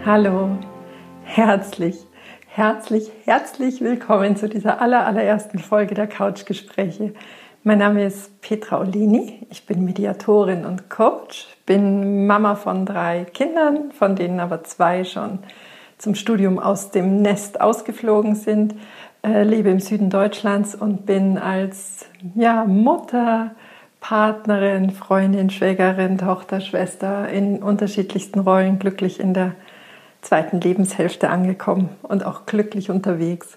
Hallo, herzlich willkommen zu dieser allerersten Folge der Couchgespräche. Mein Name ist Petra Olini, ich bin Mediatorin und Coach, bin Mama von 3 Kindern, von denen aber 2 schon zum Studium aus dem Nest ausgeflogen sind, lebe im Süden Deutschlands und bin als Mutter, Partnerin, Freundin, Schwägerin, Tochter, Schwester in unterschiedlichsten Rollen glücklich in der 2. Lebenshälfte angekommen und auch glücklich unterwegs.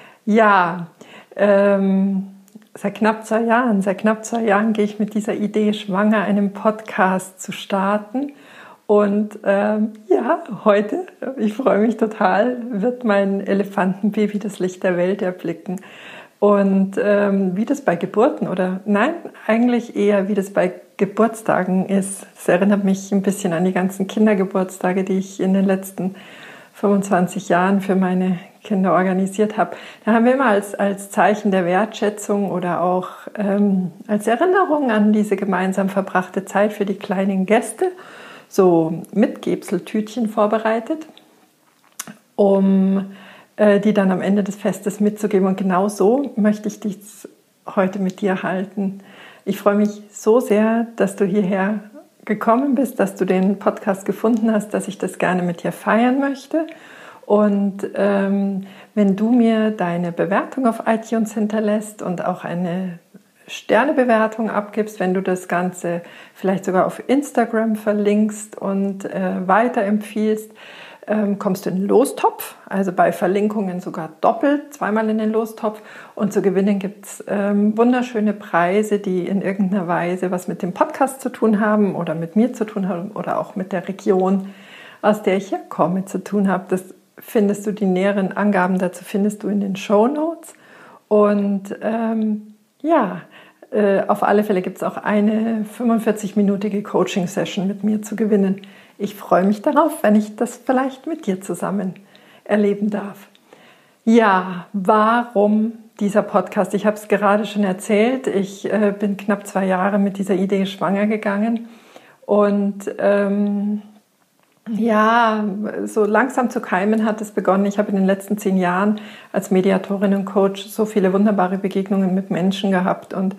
Seit knapp 2 Jahren gehe ich mit dieser Idee schwanger, einen Podcast zu starten. Und heute, ich freue mich total, wird mein Elefantenbaby das Licht der Welt erblicken. Und wie das bei Geburten eigentlich eher wie das bei Geburtstagen ist. Das erinnert mich ein bisschen an die ganzen Kindergeburtstage, die ich in den letzten 25 Jahren für meine Kinder organisiert habe. Da haben wir immer als Zeichen der Wertschätzung oder auch als Erinnerung an diese gemeinsam verbrachte Zeit für die kleinen Gäste so Mitgebseltütchen vorbereitet, um die dann am Ende des Festes mitzugeben. Und genau so möchte ich dies heute mit dir halten. Ich freue mich so sehr, dass du hierher gekommen bist, dass du den Podcast gefunden hast, dass ich das gerne mit dir feiern möchte. Und wenn du mir deine Bewertung auf iTunes hinterlässt und auch eine Sternebewertung abgibst, wenn du das Ganze vielleicht sogar auf Instagram verlinkst und weiterempfiehlst, kommst du in den Lostopf, also bei Verlinkungen sogar doppelt, 2-mal in den Lostopf. Und zu gewinnen gibt es wunderschöne Preise, die in irgendeiner Weise was mit dem Podcast zu tun haben oder mit mir zu tun haben oder auch mit der Region, aus der ich herkomme, zu tun haben. Das findest du, die näheren Angaben dazu findest du in den Shownotes. Und auf alle Fälle gibt es auch eine 45-minütige Coaching-Session mit mir zu gewinnen. Ich freue mich darauf, wenn ich das vielleicht mit dir zusammen erleben darf. Ja, warum dieser Podcast? Ich habe es gerade schon erzählt. Ich bin knapp 2 Jahre mit dieser Idee schwanger gegangen. Und so langsam zu keimen hat es begonnen. Ich habe in den letzten 10 Jahren als Mediatorin und Coach so viele wunderbare Begegnungen mit Menschen gehabt und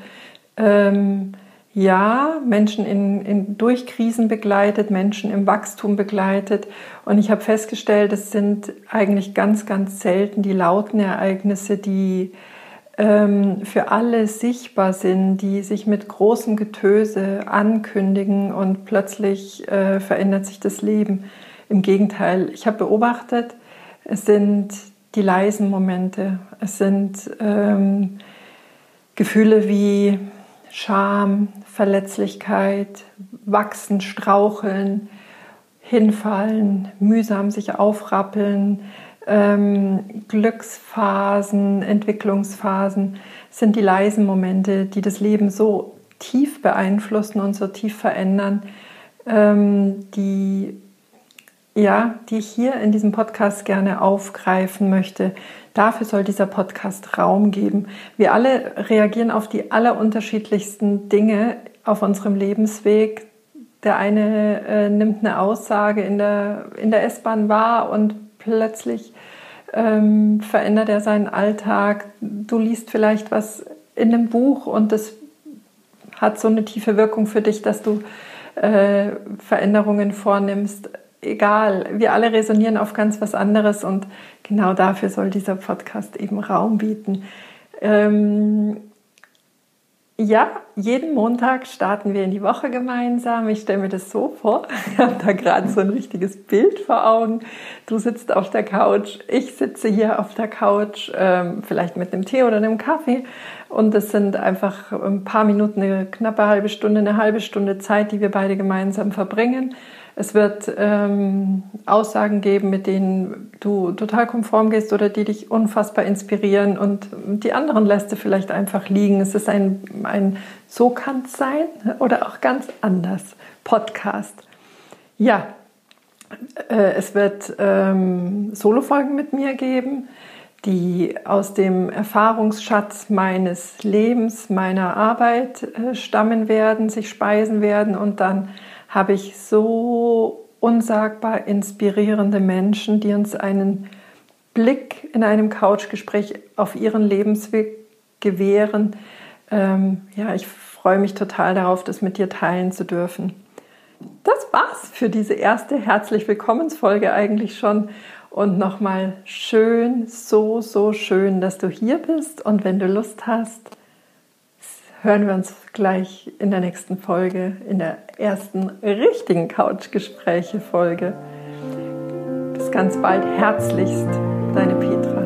Menschen durch Krisen begleitet, Menschen im Wachstum begleitet. Und ich habe festgestellt, es sind eigentlich ganz, ganz selten die lauten Ereignisse, die für alle sichtbar sind, die sich mit großem Getöse ankündigen und plötzlich verändert sich das Leben. Im Gegenteil, ich habe beobachtet, es sind die leisen Momente, es sind Gefühle wie Scham, Verletzlichkeit, Wachsen, Straucheln, Hinfallen, mühsam sich aufrappeln, Glücksphasen, Entwicklungsphasen sind die leisen Momente, die das Leben so tief beeinflussen und so tief verändern, die ich hier in diesem Podcast gerne aufgreifen möchte. Dafür soll dieser Podcast Raum geben. Wir alle reagieren auf die allerunterschiedlichsten Dinge auf unserem Lebensweg. Der eine nimmt eine Aussage in der S-Bahn wahr und plötzlich verändert er seinen Alltag. Du liest vielleicht was in einem Buch und das hat so eine tiefe Wirkung für dich, dass du Veränderungen vornimmst. Egal, wir alle resonieren auf ganz was anderes und genau dafür soll dieser Podcast eben Raum bieten. Jeden Montag starten wir in die Woche gemeinsam. Ich stelle mir das so vor, ich habe da gerade so ein richtiges Bild vor Augen. Du sitzt auf der Couch, ich sitze hier auf der Couch, vielleicht mit einem Tee oder einem Kaffee. Und es sind einfach ein paar Minuten, eine knappe halbe Stunde Zeit, die wir beide gemeinsam verbringen. Es wird Aussagen geben, mit denen du total konform gehst oder die dich unfassbar inspirieren und die anderen lässt du vielleicht einfach liegen. Es ist ein So kann's sein oder auch ganz anders Podcast. Ja, es wird Solo-Folgen mit mir geben, die aus dem Erfahrungsschatz meines Lebens, meiner Arbeit stammen werden, sich speisen werden und dann habe ich so unsagbar inspirierende Menschen, die uns einen Blick in einem Couchgespräch auf ihren Lebensweg gewähren. Ich freue mich total darauf, das mit dir teilen zu dürfen. Das war's für diese erste Herzlich Willkommensfolge eigentlich schon. Und nochmal schön, so schön, dass du hier bist. Und wenn du Lust hast, hören wir uns gleich in der nächsten Folge, in der ersten richtigen Couchgespräche-Folge. Bis ganz bald, herzlichst, deine Petra.